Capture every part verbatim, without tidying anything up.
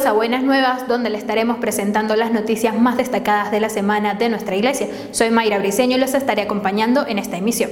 a Buenas Nuevas, donde le estaremos presentando las noticias más destacadas de la semana de nuestra iglesia. Soy Mayra Briceño y los estaré acompañando en esta emisión.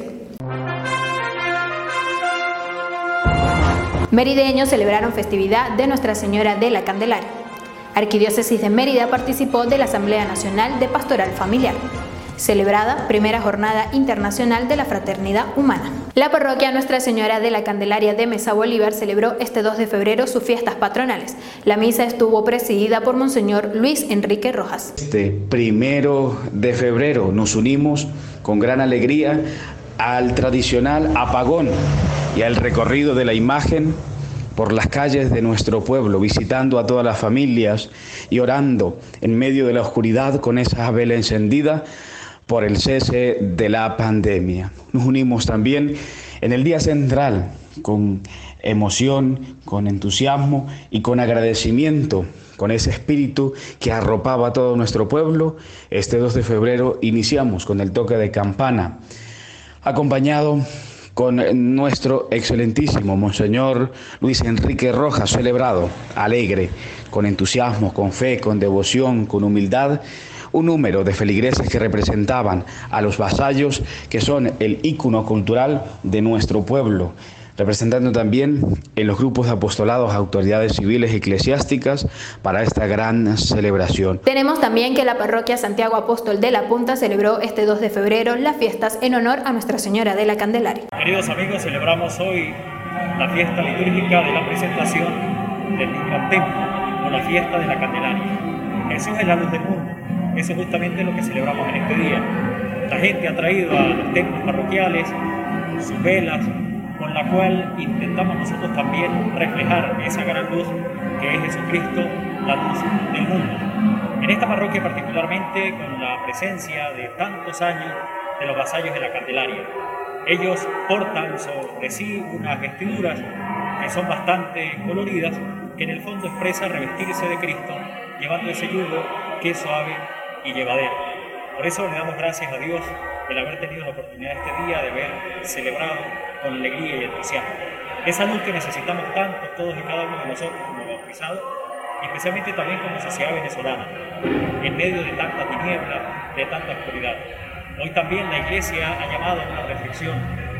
Merideños celebraron festividad de Nuestra Señora de la Candelaria. Arquidiócesis de Mérida participó de la Asamblea Nacional de Pastoral Familiar. Celebrada primera jornada internacional de la fraternidad humana. La parroquia Nuestra Señora de la Candelaria de Mesa Bolívar celebró este dos de febrero sus fiestas patronales. La misa estuvo presidida por Monseñor Luis Enrique Rojas. Este primero de febrero nos unimos con gran alegría al tradicional apagón y al recorrido de la imagen por las calles de nuestro pueblo, visitando a todas las familias y orando en medio de la oscuridad con esa vela encendida por el cese de la pandemia. Nos unimos también en el día central con emoción, con entusiasmo y con agradecimiento, con ese espíritu que arropaba a todo nuestro pueblo. Este dos de febrero iniciamos con el toque de campana, acompañado con nuestro excelentísimo Monseñor Luis Enrique Rojas, celebrado alegre, con entusiasmo, con fe, con devoción, con humildad, un número de feligreses que representaban a los vasallos, que son el ícono cultural de nuestro pueblo, representando también en los grupos de apostolados autoridades civiles y eclesiásticas para esta gran celebración. Tenemos también que la parroquia Santiago Apóstol de la Punta celebró este dos de febrero las fiestas en honor a Nuestra Señora de la Candelaria. Queridos amigos, celebramos hoy la fiesta litúrgica de la presentación del Templo, o la fiesta de la Candelaria. Jesús es la luz del mundo. Eso es justamente lo que celebramos en este día. La gente ha traído a los templos parroquiales sus velas, con la cual intentamos nosotros también reflejar esa gran luz que es Jesucristo, la luz del mundo. En esta parroquia particularmente, con la presencia de tantos años de los vasallos de la Candelaria. Ellos portan sobre sí unas vestiduras que son bastante coloridas, que en el fondo expresan revestirse de Cristo, llevando ese yugo que es suave y llevadero. Por eso le damos gracias a Dios el haber tenido la oportunidad este día de haber celebrado con alegría y entusiasmo. Esa luz que necesitamos tanto todos y cada uno de nosotros como bautizados, y especialmente también como sociedad venezolana, en medio de tanta tiniebla, de tanta oscuridad. Hoy también la Iglesia ha llamado a una reflexión,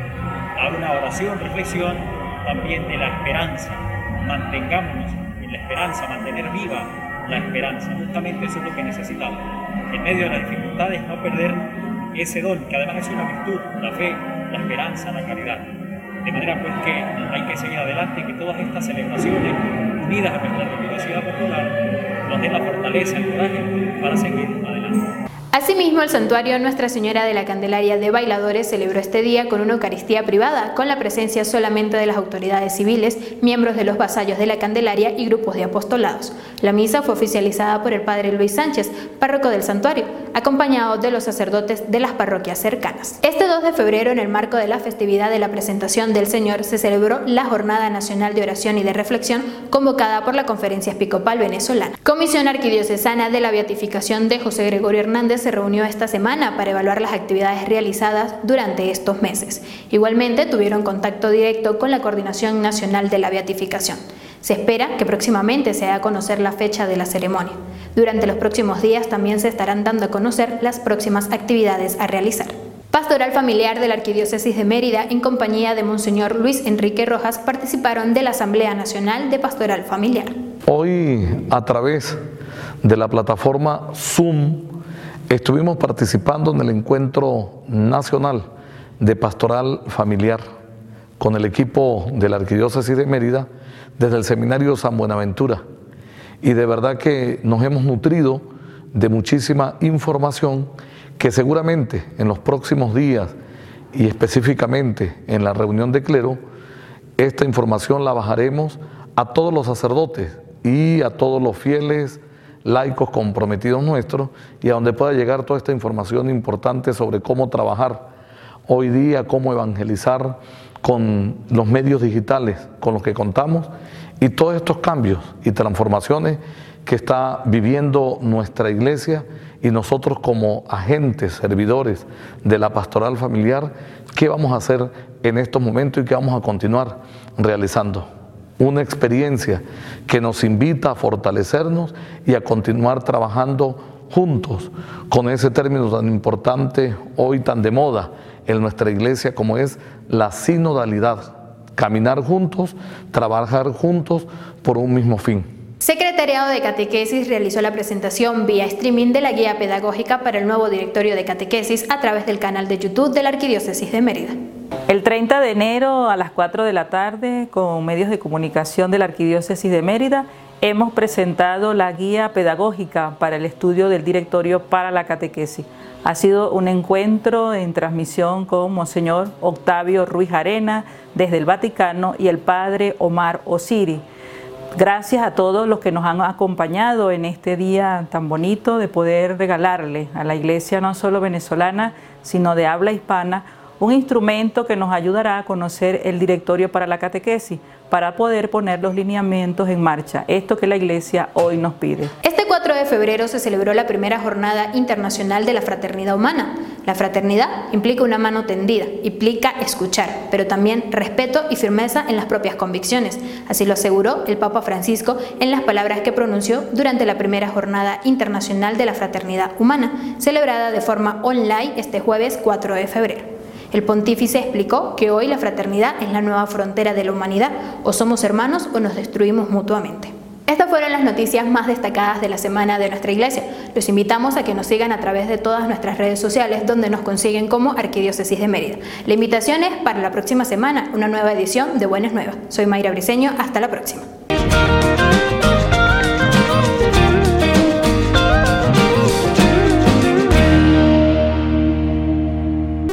a una oración, reflexión también de la esperanza. Mantengámonos en la esperanza, mantener viva la esperanza. Justamente eso es lo que necesitamos. En medio de las dificultades, no perder ese don, que además es una virtud, la fe, la esperanza, la caridad. De manera pues que hay que seguir adelante y que todas estas celebraciones, unidas a nuestra religiosidad popular, nos den la fortaleza, el coraje para seguir adelante. Asimismo, el santuario Nuestra Señora de la Candelaria de Bailadores celebró este día con una Eucaristía privada, con la presencia solamente de las autoridades civiles, miembros de los vasallos de la Candelaria y grupos de apostolados. La misa fue oficializada por el padre Luis Sánchez, párroco del santuario, acompañado de los sacerdotes de las parroquias cercanas. Este dos de febrero, en el marco de la festividad de la presentación del Señor, se celebró la Jornada Nacional de Oración y de Reflexión, convocada por la Conferencia Episcopal Venezolana. Comisión Arquidiocesana de la Beatificación de José Gregorio Hernández se reunió esta semana para evaluar las actividades realizadas durante estos meses. Igualmente tuvieron contacto directo con la Coordinación Nacional de la Beatificación. Se espera que próximamente se haga a conocer la fecha de la ceremonia. Durante los próximos días también se estarán dando a conocer las próximas actividades a realizar. Pastoral Familiar de la Arquidiócesis de Mérida, en compañía de Monseñor Luis Enrique Rojas, participaron de la Asamblea Nacional de Pastoral Familiar. Hoy, a través de la plataforma Zoom, estuvimos participando en el encuentro nacional de pastoral familiar con el equipo de la Arquidiócesis de Mérida desde el Seminario San Buenaventura, y de verdad que nos hemos nutrido de muchísima información que seguramente en los próximos días y específicamente en la reunión de clero, esta información la bajaremos a todos los sacerdotes y a todos los fieles laicos comprometidos nuestros, y a donde pueda llegar toda esta información importante sobre cómo trabajar hoy día, cómo evangelizar con los medios digitales con los que contamos, y todos estos cambios y transformaciones que está viviendo nuestra iglesia y nosotros como agentes, servidores de la pastoral familiar, qué vamos a hacer en estos momentos y qué vamos a continuar realizando. una experiencia que nos invita a fortalecernos y a continuar trabajando juntos con ese término tan importante, hoy tan de moda en nuestra iglesia, como es la sinodalidad. Caminar juntos, trabajar juntos por un mismo fin. Secretariado de Catequesis realizó la presentación vía streaming de la guía pedagógica para el nuevo directorio de catequesis a través del canal de YouTube de la Arquidiócesis de Mérida. El treinta de enero a las cuatro de la tarde, con medios de comunicación de la Arquidiócesis de Mérida, hemos presentado la guía pedagógica para el estudio del directorio para la catequesis. Ha sido un encuentro en transmisión con Monseñor Octavio Ruiz Arena desde el Vaticano y el Padre Omar Osiri. Gracias a todos los que nos han acompañado en este día tan bonito de poder regalarle a la Iglesia no solo venezolana, sino de habla hispana, un instrumento que nos ayudará a conocer el directorio para la catequesis, para poder poner los lineamientos en marcha, esto que la Iglesia hoy nos pide. Este cuatro de febrero se celebró la primera Jornada Internacional de la Fraternidad Humana. La fraternidad implica una mano tendida, implica escuchar, pero también respeto y firmeza en las propias convicciones. Así lo aseguró el Papa Francisco en las palabras que pronunció durante la primera Jornada Internacional de la Fraternidad Humana, celebrada de forma online este jueves cuatro de febrero. El pontífice explicó que hoy la fraternidad es la nueva frontera de la humanidad, o somos hermanos o nos destruimos mutuamente. Estas fueron las noticias más destacadas de la semana de nuestra iglesia. Los invitamos a que nos sigan a través de todas nuestras redes sociales, donde nos consiguen como Arquidiócesis de Mérida. La invitación es para la próxima semana, una nueva edición de Buenas Nuevas. Soy Mayra Briceño, hasta la próxima.